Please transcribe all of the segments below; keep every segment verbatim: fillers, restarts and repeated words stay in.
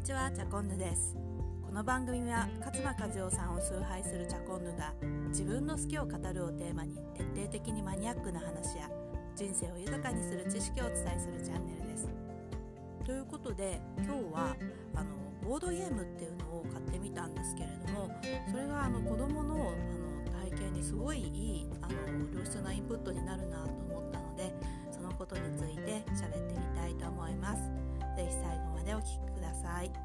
ちは、チャコンヌです。この番組は勝間和代さんを崇拝するチャコンヌが自分の好きを語るをテーマに徹底的にマニアックな話や人生を豊かにする知識をお伝えするチャンネルです。ということで今日はあのボードゲームっていうのを買ってみたんですけれども、それがあの子どもの、あの体験にすごいいいあの良質なインプットになるなと思ったので、そのことについて喋ってみたいと思います。ぜひ最後までお聞きください。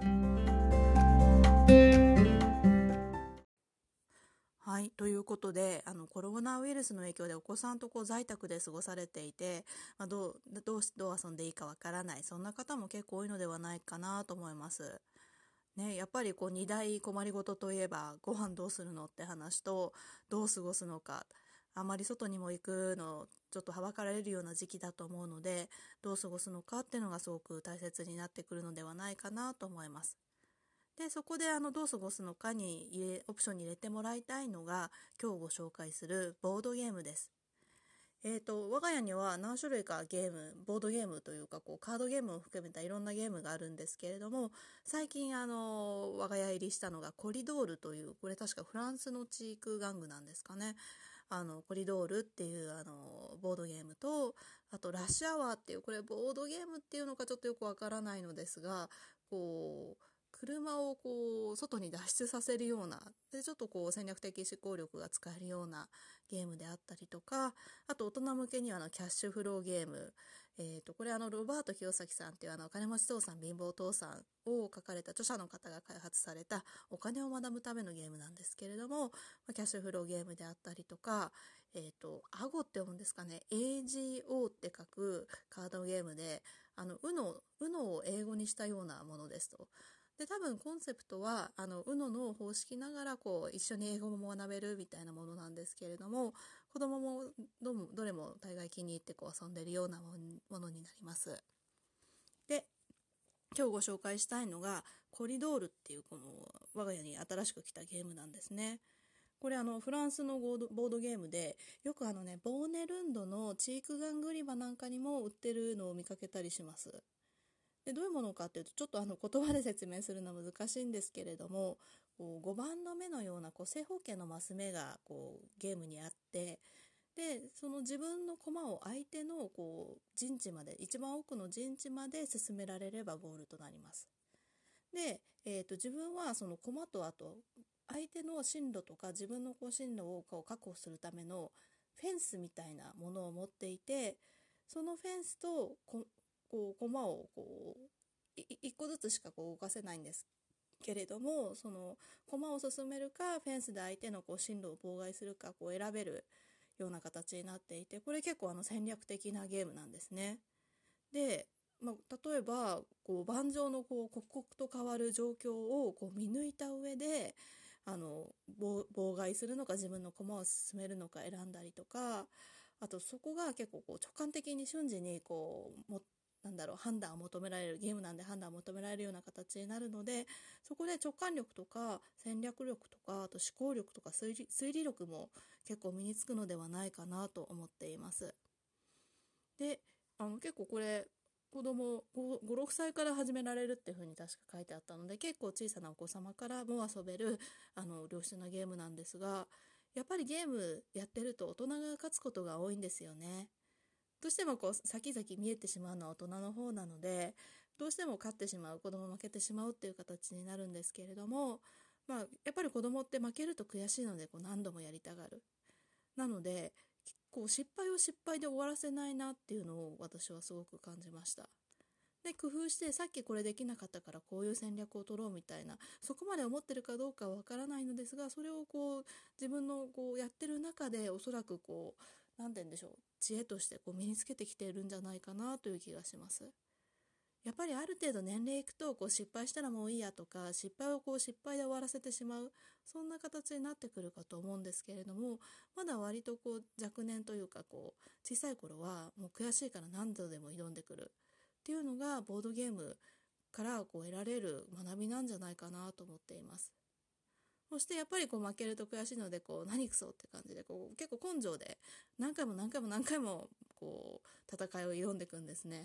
はい、ということであのコロナウイルスの影響でお子さんとこう在宅で過ごされていて、まあ、どう、どうし、どう遊んでいいかわからない、そんな方も結構多いのではないかなと思います。ね、やっぱりこうに大困りごとといえばご飯どうするのって話とどう過ごすのか、あまり外にも行くのちょっとはばかられるような時期だと思うので、どう過ごすのかっていうのがすごく大切になってくるのではないかなと思います。でそこであのどう過ごすのかに入れオプションに入れてもらいたいのが今日ご紹介するボードゲームです。えーと、我が家には何種類かゲーム、ボードゲームというかこうカードゲームを含めたいろんなゲームがあるんですけれども、最近あの我が家入りしたのがコリドールという、これ確かフランスの知育玩具なんですかね。あのコリドールっていうあのボードゲームと、あとラッシュアワーっていう、これボードゲームっていうのかちょっとよくわからないのですが、こう車をこう外に脱出させるようなで、ちょっとこう戦略的思考力が使えるようなゲームであったりとか、あと大人向けにはあのキャッシュフローゲーム、えー、とこれあのロバート清崎さんっていうあの金持ち父さん貧乏父さんを書かれた著者の方が開発されたお金を学ぶためのゲームなんですけれども、キャッシュフローゲームであったりとか、えー、とアゴって読むんですかね、 エージーオー って書くカードゲームで、あの ウノ、ウノを英語にしたようなものですと。で多分コンセプトはあの ウノ の方式ながらこう一緒に英語も学べるみたいなものなんですけれども、子供も ど, もどれも大概気に入ってこう遊んでるようなものになります。で今日ご紹介したいのがコリドールっていうこの我が家に新しく来たゲームなんですね。これあのフランスのボード、ボードゲームで、よくあのねボーネルンドのチーク玩具売り場なんかにも売ってるのを見かけたりします。でどういうものかというと、ちょっとあの言葉で説明するのは難しいんですけれども、こうごばんの目のようなこう正方形のマス目がこうゲームにあって、でその自分の駒を相手のこう陣地まで、一番奥の陣地まで進められればボールとなります。で、えー、と自分はその駒と、あと相手の進路とか自分のこう進路をこう確保するためのフェンスみたいなものを持っていて、そのフェンスとここう駒をこうい一個ずつしかこう動かせないんですけれども、その駒を進めるかフェンスで相手のこう進路を妨害するかこう選べるような形になっていて、これ結構あの戦略的なゲームなんですね。で、まあ、例えばこう盤上のこう刻々と変わる状況をこう見抜いた上で、あの妨害するのか自分の駒を進めるのか選んだりとか、あとそこが結構こう直感的に瞬時にこうもなんだろう判断を求められるゲームなんで、判断を求められるような形になるので、そこで直感力とか戦略力とか、あと思考力とか推理、推理力も結構身につくのではないかなと思っています。であの結構これ子供ご、ろくさいから始められるっていう風に確か書いてあったので、結構小さなお子様からも遊べるあの良質なゲームなんですが、やっぱりゲームやってると大人が勝つことが多いんですよね。どうしてもこう先々見えてしまうのは大人の方なので、どうしても勝ってしまう、子供負けてしまうっていう形になるんですけれども、まあ、やっぱり子供って負けると悔しいのでこう何度もやりたがる。なのでこう失敗を失敗で終わらせないなっていうのを私はすごく感じました。で工夫して、さっきこれできなかったからこういう戦略を取ろうみたいな、そこまで思ってるかどうかはわからないのですが、それをこう自分のこうやってる中でおそらくこう何て言うんでしょう、知恵としてこう身につけてきているんじゃないかなという気がします。やっぱりある程度年齢いくとこう失敗したらもういいやとか、失敗をこう失敗で終わらせてしまう、そんな形になってくるかと思うんですけれども、まだ割とこう若年というかこう小さい頃はもう悔しいから何度でも挑んでくるっていうのがボードゲームからこう得られる学びなんじゃないかなと思っています。そしてやっぱりこう負けると悔しいので、こう何くそって感じでこう結構根性で何回も何回も何回もこう戦いを挑んでいくんですね。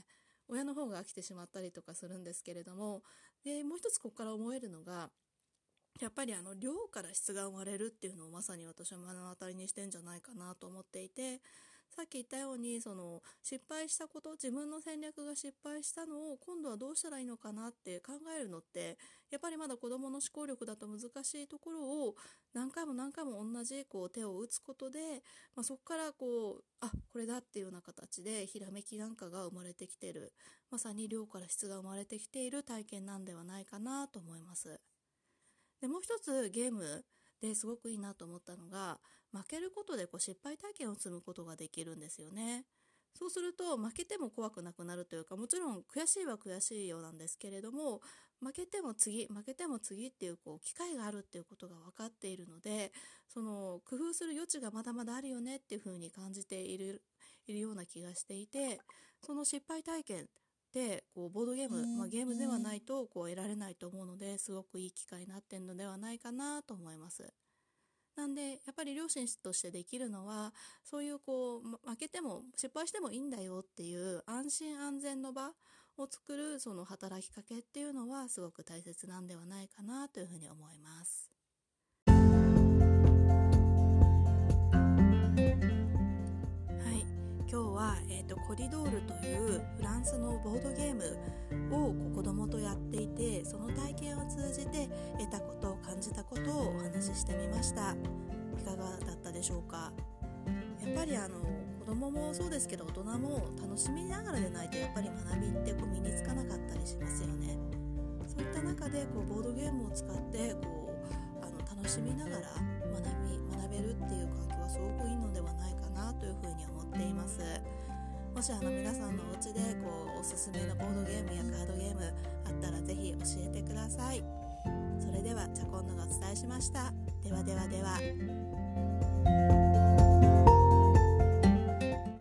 親の方が飽きてしまったりとかするんですけれども、でもう一つここから思えるのが、やっぱりあの量から質が生まれるっていうのをまさに私は目の当たりにしてんじゃないかなと思っていて、さっき言ったようにその失敗したこと、自分の戦略が失敗したのを今度はどうしたらいいのかなって考えるのってやっぱりまだ子どもの思考力だと難しいところを何回も何回も同じこう手を打つことで、まあ、そこからこうあこれだっていうような形でひらめきなんかが生まれてきている、まさに量から質が生まれてきている体験なんではないかなと思います。でもう一つゲームですごくいいなと思ったのが、負けることでこう失敗体験を積むことができるんですよね。そうすると負けても怖くなくなるというか、もちろん悔しいは悔しいようなんですけれども、負けても次負けても次っていうこう機会があるっていうことが分かっているので、その工夫する余地がまだまだあるよねっていうふうに感じているいるような気がしていて、その失敗体験でこうボードゲーム、まあ、ゲームではないとこう得られないと思うので、すごくいい機会になっているのではないかなと思います。なんでやっぱり両親としてできるのは、そういうこう負けても失敗してもいいんだよっていう安心安全の場を作るその働きかけっていうのはすごく大切なんではないかなというふうに思います。今日は、えーと、コリドールというフランスのボードゲームをこう子供とやっていて、その体験を通じて得たこと、感じたことをお話ししてみました。いかがだったでしょうか。やっぱりあの子供もそうですけど、大人も楽しみながらでないとやっぱり学びってこう身につかなかったりしますよね。そういった中でこうボードゲームを使ってこうあの楽しみながら学び学べるっていう環境はすごくいいのではないかなというふうに思っています。もしあの皆さんのお家でこうおすすめのボードゲームやカードゲームあったらぜひ教えてください。それではチャコンヌがお伝えしました。ではではでは。